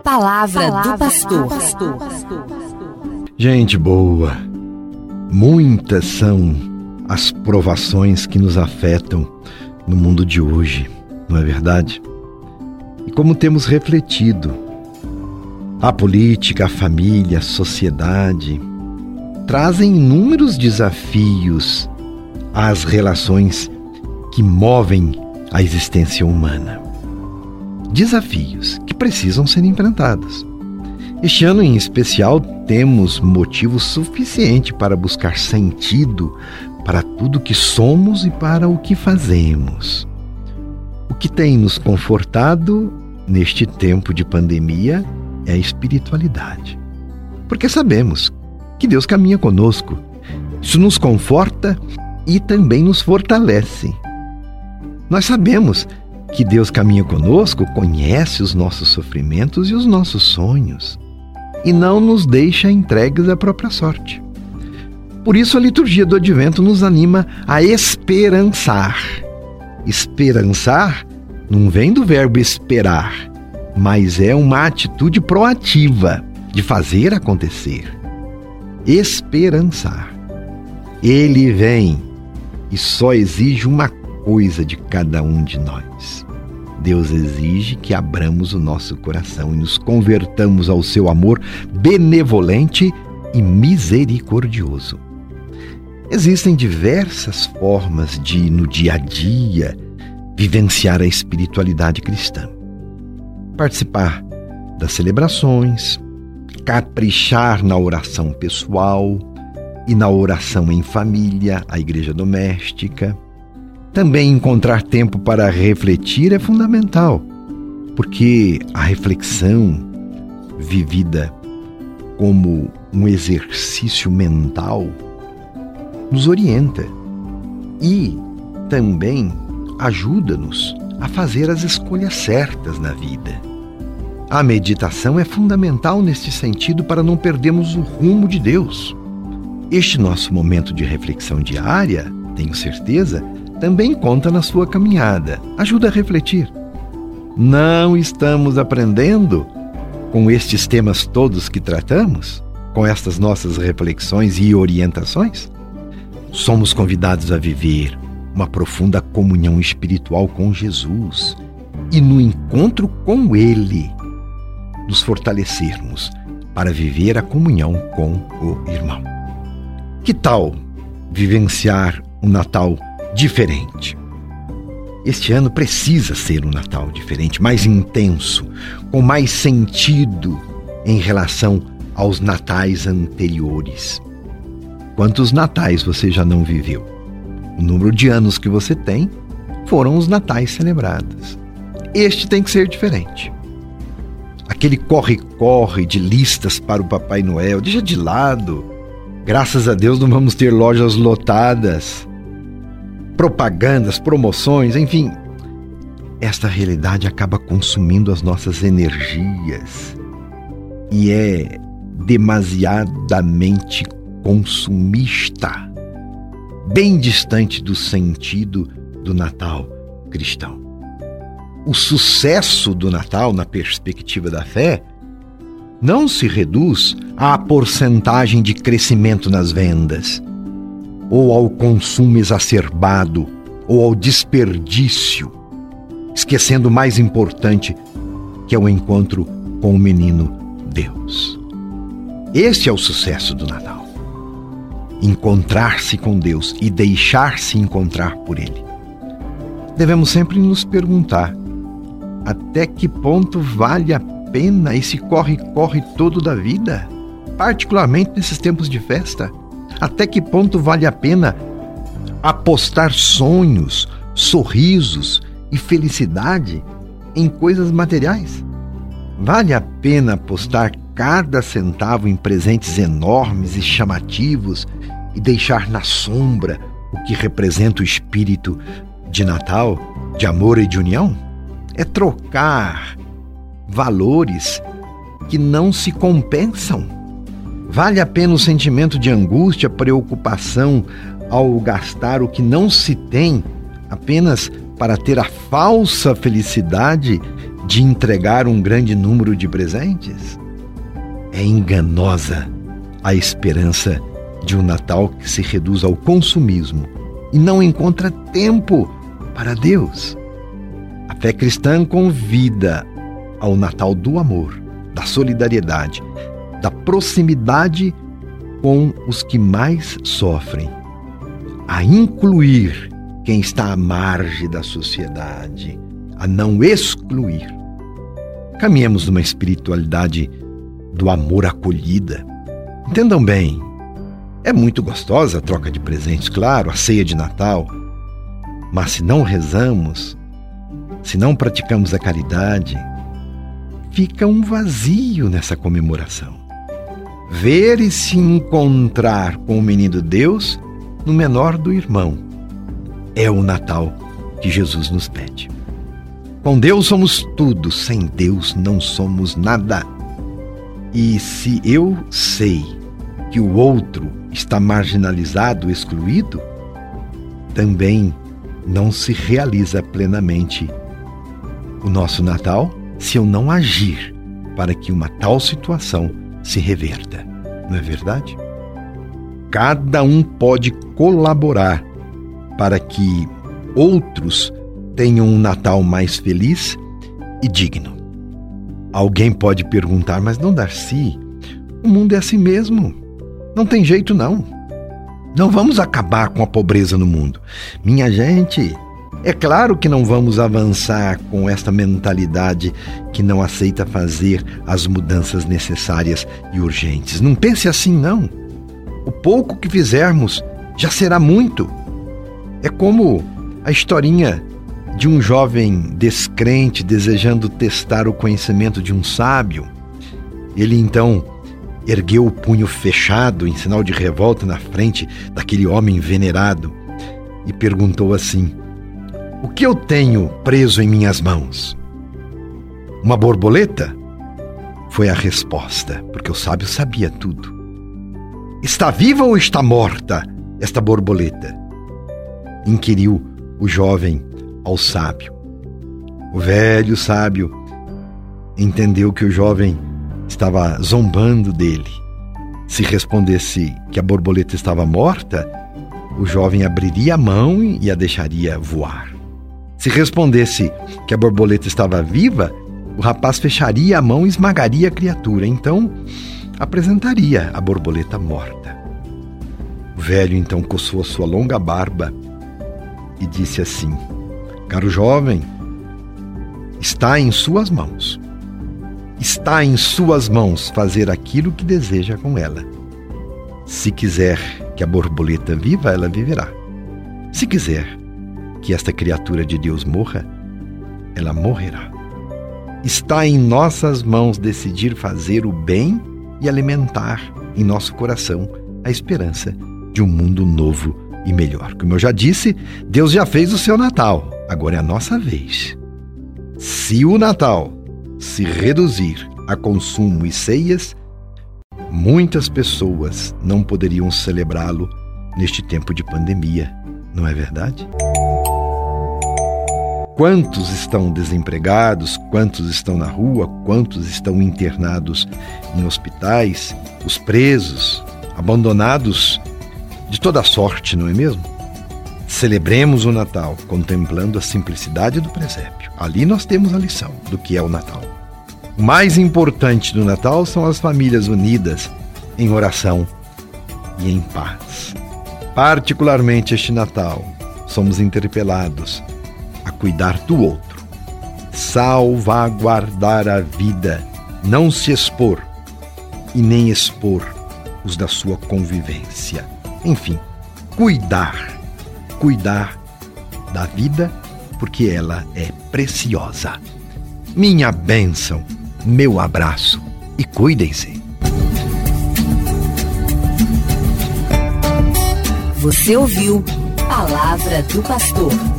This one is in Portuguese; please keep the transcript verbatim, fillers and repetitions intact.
palavra, palavra do pastor. pastor. Gente boa, muitas são as provações que nos afetam no mundo de hoje, não é verdade? E como temos refletido, a política, a família, a sociedade trazem inúmeros desafios às relações que movem a existência humana. Desafios que precisam ser enfrentados. Este ano em especial temos motivo suficiente para buscar sentido para tudo que somos e para o que fazemos. O que tem nos confortado neste tempo de pandemia é a espiritualidade. Porque sabemos que Deus caminha conosco. Isso nos conforta e também nos fortalece. Nós sabemos que Deus caminha conosco, conhece os nossos sofrimentos e os nossos sonhos e não nos deixa entregues à própria sorte. Por isso a liturgia do Advento nos anima a esperançar. Esperançar não vem do verbo esperar, mas é uma atitude proativa de fazer acontecer. Esperançar. Ele vem e só exige uma coisa de cada um de nós. Deus exige que abramos o nosso coração e nos convertamos ao seu amor benevolente e misericordioso. Existem diversas formas de, no dia a dia, vivenciar a espiritualidade cristã. Participar das celebrações, caprichar na oração pessoal e na oração em família, a igreja doméstica. Também encontrar tempo para refletir é fundamental, porque a reflexão vivida como um exercício mental nos orienta e também ajuda-nos a fazer as escolhas certas na vida. A meditação é fundamental neste sentido para não perdermos o rumo de Deus. Este nosso momento de reflexão diária, tenho certeza, também conta na sua caminhada. Ajuda a refletir. Não estamos aprendendo com estes temas todos que tratamos? Com estas nossas reflexões e orientações? Somos convidados a viver uma profunda comunhão espiritual com Jesus e no encontro com Ele nos fortalecermos para viver a comunhão com o irmão. Que tal vivenciar um Natal diferente? Este ano precisa ser um Natal diferente, mais intenso, com mais sentido em relação aos natais anteriores. Quantos natais você já não viveu? O número de anos que você tem foram os natais celebrados. Este tem que ser diferente. Aquele corre-corre de listas para o Papai Noel, deixa de lado. Graças a Deus não vamos ter lojas lotadas, propagandas, promoções, enfim. Esta realidade acaba consumindo as nossas energias e é demasiadamente consumista, bem distante do sentido do Natal cristão. O sucesso do Natal, na perspectiva da fé, não se reduz à porcentagem de crescimento nas vendas, ou ao consumo exacerbado, ou ao desperdício, esquecendo o mais importante, que é o encontro com o menino Deus. Este é o sucesso do Natal. Encontrar-se com Deus e deixar-se encontrar por Ele. Devemos sempre nos perguntar: até que ponto vale a pena esse corre-corre todo da vida? Particularmente nesses tempos de festa. Até que ponto vale a pena apostar sonhos, sorrisos e felicidade em coisas materiais? Vale a pena apostar cada centavo em presentes enormes e chamativos e deixar na sombra o que representa o espírito de Natal, de amor e de união? É trocar valores que não se compensam. Vale a pena o sentimento de angústia, preocupação ao gastar o que não se tem apenas para ter a falsa felicidade de entregar um grande número de presentes? É enganosa a esperança de um Natal que se reduz ao consumismo e não encontra tempo para Deus. A fé cristã convida ao Natal do amor, da solidariedade, da proximidade com os que mais sofrem, a incluir quem está à margem da sociedade, a não excluir. Caminhemos numa espiritualidade do amor acolhida. Entendam bem, é muito gostosa a troca de presentes, claro, a ceia de Natal, mas se não rezamos, se não praticamos a caridade, fica um vazio nessa comemoração. Ver e se encontrar com o menino Deus no menor do irmão é o Natal que Jesus nos pede. Com Deus somos tudo, sem Deus não somos nada. E se eu sei que o outro está marginalizado, excluído, também não se realiza plenamente o nosso Natal se eu não agir para que uma tal situação se reverta. Não é verdade? Cada um pode colaborar para que outros tenham um Natal mais feliz e digno. Alguém pode perguntar, mas não, Darcy, o mundo é assim mesmo. Não tem jeito não. Não vamos acabar com a pobreza no mundo. Minha gente, é claro que não vamos avançar com esta mentalidade que não aceita fazer as mudanças necessárias e urgentes. Não pense assim, não. O pouco que fizermos já será muito. É como a historinha de um jovem descrente desejando testar o conhecimento de um sábio. Ele então ergueu o punho fechado em sinal de revolta na frente daquele homem venerado e perguntou assim: o que eu tenho preso em minhas mãos? Uma borboleta? Foi a resposta, porque o sábio sabia tudo. Está viva ou está morta esta borboleta? Inquiriu o jovem ao sábio. O velho sábio entendeu que o jovem estava zombando dele. Se respondesse que a borboleta estava morta, o jovem abriria a mão e a deixaria voar. Se respondesse que a borboleta estava viva, o rapaz fecharia a mão e esmagaria a criatura. Então, apresentaria a borboleta morta. O velho então coçou a sua longa barba e disse assim: caro jovem, está em suas mãos. Está em suas mãos fazer aquilo que deseja com ela. Se quiser que a borboleta viva, ela viverá. Se quiser que esta criatura de Deus morra, ela morrerá. Está em nossas mãos decidir fazer o bem e alimentar em nosso coração a esperança de um mundo novo e melhor. Como eu já disse, Deus já fez o seu Natal, agora é a nossa vez. Se o Natal se reduzir a consumo e ceias, muitas pessoas não poderiam celebrá-lo neste tempo de pandemia, não é verdade? Quantos estão desempregados, quantos estão na rua, quantos estão internados em hospitais, os presos, abandonados de toda sorte, não é mesmo? Celebremos o Natal contemplando a simplicidade do presépio. Ali nós temos a lição do que é o Natal. O mais importante do Natal são as famílias unidas em oração e em paz. Particularmente este Natal, somos interpelados a cuidar do outro, salvaguardar a vida, não se expor e nem expor os da sua convivência. Enfim, cuidar, cuidar da vida, porque ela é preciosa. Minha bênção, meu abraço e cuidem-se. Você ouviu Palavra do Pastor.